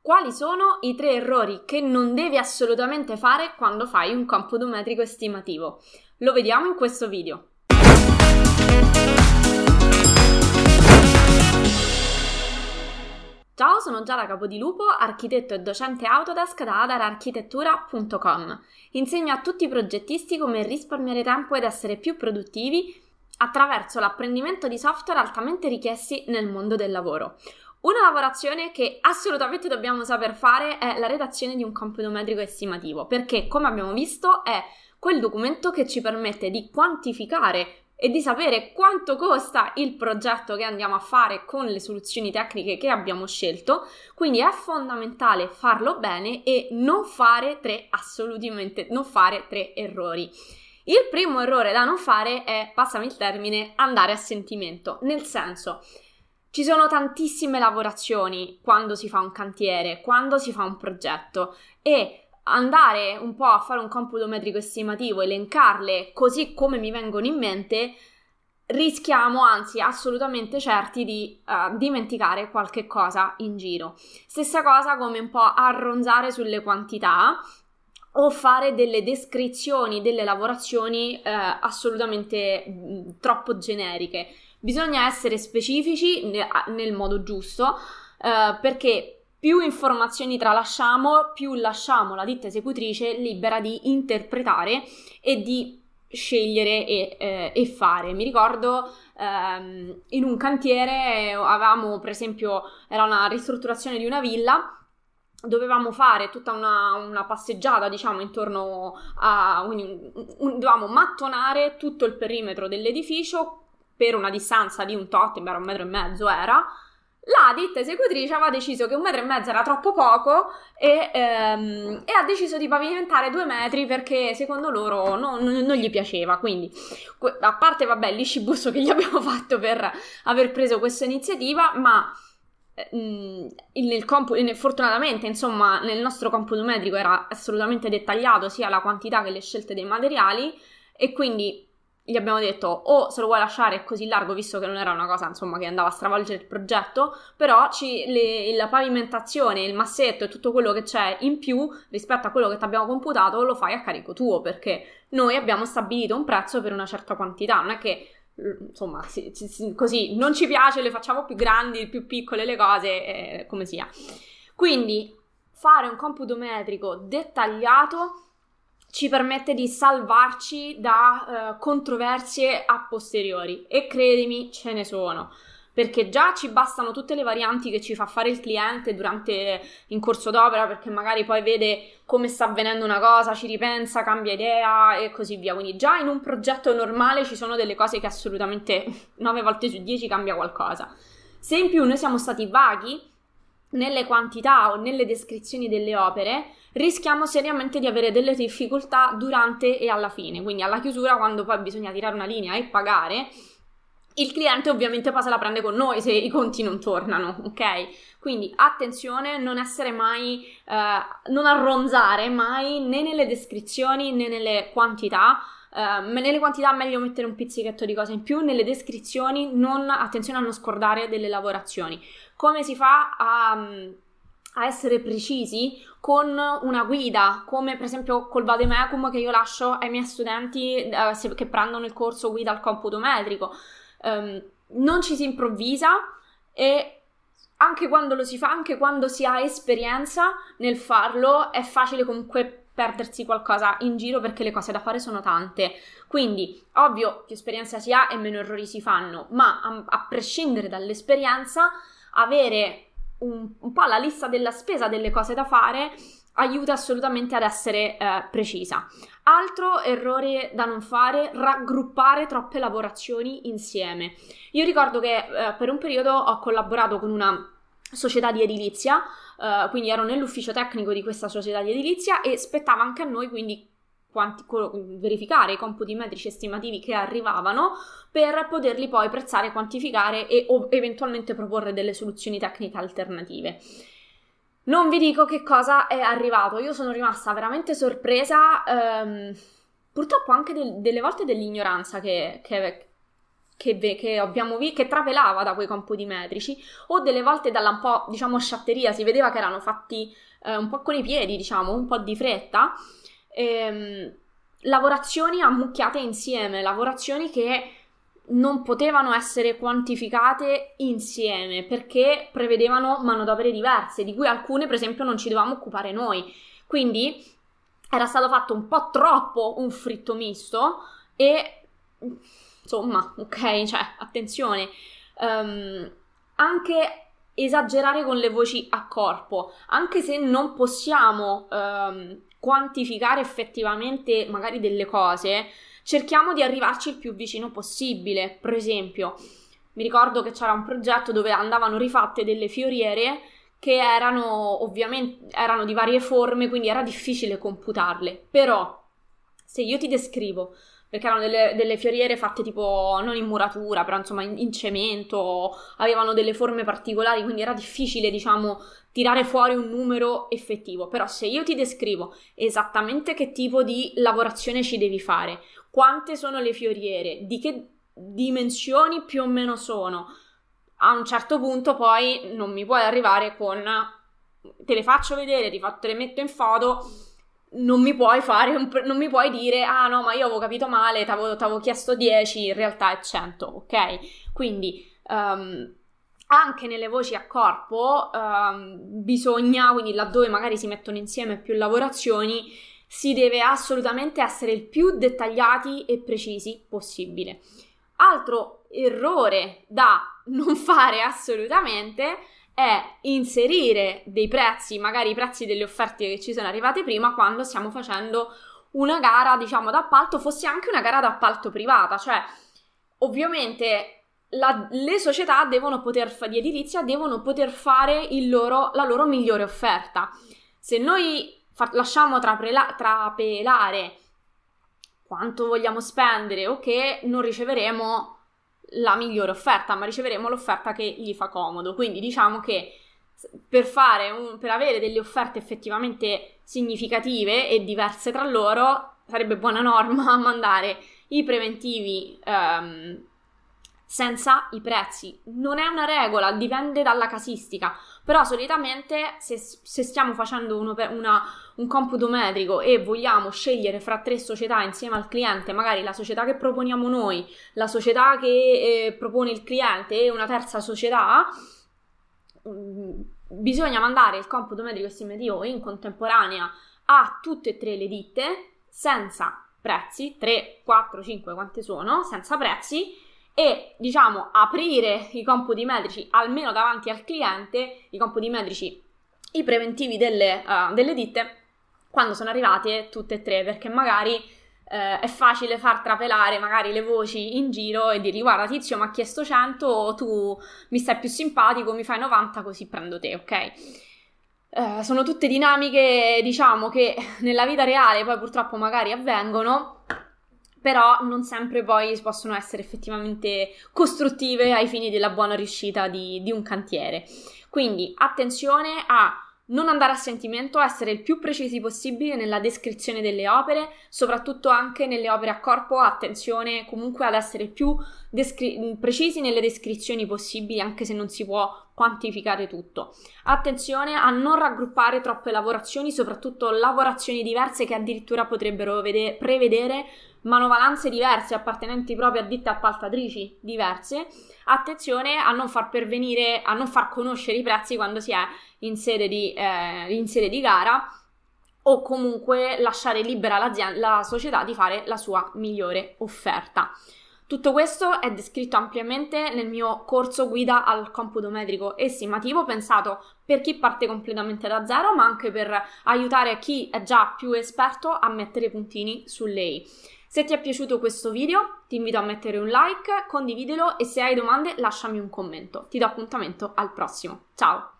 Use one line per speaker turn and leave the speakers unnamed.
Quali sono i 3 errori che non devi assolutamente fare quando fai un computo metrico estimativo? Lo vediamo in questo video. Ciao, sono Giada Capodilupo, architetto e docente Autodesk da adararchitettura.com. Insegno a tutti i progettisti come risparmiare tempo ed essere più produttivi attraverso l'apprendimento di software altamente richiesti nel mondo del lavoro. Una lavorazione che assolutamente dobbiamo saper fare è la redazione di un computo metrico estimativo, perché, come abbiamo visto, è quel documento che ci permette di quantificare e di sapere quanto costa il progetto che andiamo a fare con le soluzioni tecniche che abbiamo scelto. Quindi è fondamentale farlo bene e non fare assolutamente non fare 3 errori. Il primo errore da non fare è, passami il termine, andare a sentimento, nel senso, ci sono tantissime lavorazioni quando si fa un cantiere, quando si fa un progetto, e andare un po' a fare un computo metrico estimativo, elencarle così come mi vengono in mente, rischiamo, anzi assolutamente certi, di dimenticare qualche cosa in giro. Stessa cosa come un po' arronzare sulle quantità o fare delle descrizioni delle lavorazioni assolutamente troppo generiche. Bisogna essere specifici nel modo giusto, perché più informazioni tralasciamo, più lasciamo la ditta esecutrice libera di interpretare e di scegliere e fare. Mi ricordo in un cantiere avevamo, per esempio, era una ristrutturazione di una villa, dovevamo fare tutta una passeggiata, diciamo, intorno a... dovevamo mattonare tutto il perimetro dell'edificio per una distanza di un tot, era 1,5 metri era. La ditta esecutrice aveva deciso che 1,5 metri era troppo poco e ha deciso di pavimentare 2 metri perché secondo loro non gli piaceva. Quindi, a parte, vabbè, il liscibusso che gli abbiamo fatto per aver preso questa iniziativa, ma fortunatamente, insomma, nel nostro computo metrico era assolutamente dettagliato sia la quantità che le scelte dei materiali, e quindi gli abbiamo detto: o se lo vuoi lasciare così largo, visto che non era una cosa, insomma, che andava a stravolgere il progetto, però la pavimentazione, il massetto e tutto quello che c'è in più rispetto a quello che ti abbiamo computato lo fai a carico tuo, perché noi abbiamo stabilito un prezzo per una certa quantità. Non è che, insomma, così non ci piace, le facciamo più grandi, più piccole le cose, come sia. Quindi fare un computo metrico dettagliato ci permette di salvarci da controversie a posteriori, e credimi, ce ne sono, perché già ci bastano tutte le varianti che ci fa fare il cliente in corso d'opera, perché magari poi vede come sta avvenendo una cosa, ci ripensa, cambia idea e così via. Quindi già in un progetto normale ci sono delle cose che assolutamente 9 volte su 10 cambia qualcosa. Se in più noi siamo stati vaghi nelle quantità o nelle descrizioni delle opere, rischiamo seriamente di avere delle difficoltà durante e alla fine. Quindi alla chiusura, quando poi bisogna tirare una linea e pagare, il cliente ovviamente poi se la prende con noi se i conti non tornano, ok? Quindi attenzione, non essere mai, non arronzare mai né nelle descrizioni né nelle quantità. Nelle quantità meglio mettere un pizzichetto di cose in più, nelle descrizioni attenzione a non scordare delle lavorazioni. Come si fa a essere precisi? Con una guida, come per esempio col vademecum che io lascio ai miei studenti che prendono il corso guida al computo metrico. Non ci si improvvisa, e anche quando lo si fa, anche quando si ha esperienza nel farlo, è facile comunque perdersi qualcosa in giro, perché le cose da fare sono tante. Quindi, ovvio, più esperienza si ha e meno errori si fanno, ma a prescindere dall'esperienza, avere un po' la lista della spesa delle cose da fare aiuta assolutamente ad essere precisa. Altro errore da non fare: raggruppare troppe lavorazioni insieme. Io ricordo che per un periodo ho collaborato con una società di edilizia, quindi ero nell'ufficio tecnico di questa società di edilizia e spettava anche a noi quindi verificare i computi metrici estimativi che arrivavano per poterli poi prezzare, quantificare e eventualmente proporre delle soluzioni tecniche alternative. Non vi dico che cosa è arrivato, io sono rimasta veramente sorpresa, purtroppo anche delle volte dell'ignoranza che che abbiamo visto, che trapelava da quei compiti metrici, o delle volte dalla un po', diciamo, sciatteria, si vedeva che erano fatti un po' con i piedi, diciamo, un po' di fretta, lavorazioni ammucchiate insieme, lavorazioni che non potevano essere quantificate insieme perché prevedevano manodopere diverse, di cui alcune per esempio non ci dovevamo occupare noi, quindi era stato fatto un po' troppo un fritto misto e insomma, ok, cioè attenzione, anche esagerare con le voci a corpo, anche se non possiamo quantificare effettivamente magari delle cose, cerchiamo di arrivarci il più vicino possibile. Per esempio, mi ricordo che c'era un progetto dove andavano rifatte delle fioriere che erano ovviamente di varie forme, quindi era difficile computarle, però se io ti descrivo, perché erano delle fioriere fatte tipo non in muratura, però insomma in cemento, avevano delle forme particolari, quindi era difficile, diciamo, tirare fuori un numero effettivo. Però se io ti descrivo esattamente che tipo di lavorazione ci devi fare, quante sono le fioriere, di che dimensioni più o meno sono, a un certo punto poi non mi puoi arrivare con te le faccio vedere, te le metto in foto. Non mi puoi non mi puoi dire ah no, ma io avevo capito male, t'avevo chiesto 10, in realtà è 100, ok? Quindi anche nelle voci a corpo bisogna, quindi laddove magari si mettono insieme più lavorazioni, si deve assolutamente essere il più dettagliati e precisi possibile. Altro errore da non fare assolutamente è inserire dei prezzi, magari i prezzi delle offerte che ci sono arrivate prima, quando stiamo facendo una gara, diciamo, d'appalto, fosse anche una gara d'appalto privata, cioè ovviamente le società di edilizia devono poter fare la loro migliore offerta. Se noi lasciamo trapelare quanto vogliamo spendere o che non riceveremo la migliore offerta, ma riceveremo l'offerta che gli fa comodo. Quindi diciamo che per avere delle offerte effettivamente significative e diverse tra loro, sarebbe buona norma mandare i preventivi senza i prezzi. Non è una regola, dipende dalla casistica, però solitamente se stiamo facendo un computo metrico e vogliamo scegliere fra 3 società insieme al cliente, magari la società che proponiamo noi, la società che propone il cliente e una terza società, bisogna mandare il computo metrico estimativo in contemporanea a tutte e 3 le ditte senza prezzi, 3, 4, 5, quante sono, senza prezzi, e diciamo aprire i computi metrici almeno davanti al cliente, i computi metrici, i preventivi delle ditte quando sono arrivate tutte e 3, perché magari è facile far trapelare magari le voci in giro e dirgli guarda tizio mi ha chiesto 100, tu mi stai più simpatico, mi fai 90 così prendo te, ok? Sono tutte dinamiche, diciamo, che nella vita reale poi purtroppo magari avvengono, però non sempre poi possono essere effettivamente costruttive ai fini della buona riuscita di un cantiere. Quindi attenzione a non andare a sentimento, essere il più precisi possibile nella descrizione delle opere, soprattutto anche nelle opere a corpo, attenzione comunque ad essere più precisi nelle descrizioni possibili, anche se non si può quantificare tutto. Attenzione a non raggruppare troppe lavorazioni, soprattutto lavorazioni diverse che addirittura potrebbero prevedere manovalanze diverse appartenenti proprio a ditte appaltatrici diverse. Attenzione a non far conoscere i prezzi quando si è in sede di gara, o comunque lasciare libera la società di fare la sua migliore offerta. Tutto questo è descritto ampiamente nel mio corso guida al computo metrico estimativo, pensato per chi parte completamente da zero, ma anche per aiutare chi è già più esperto a mettere i puntini sulle i. Se ti è piaciuto questo video, ti invito a mettere un like, condividilo e se hai domande lasciami un commento. Ti do appuntamento al prossimo. Ciao!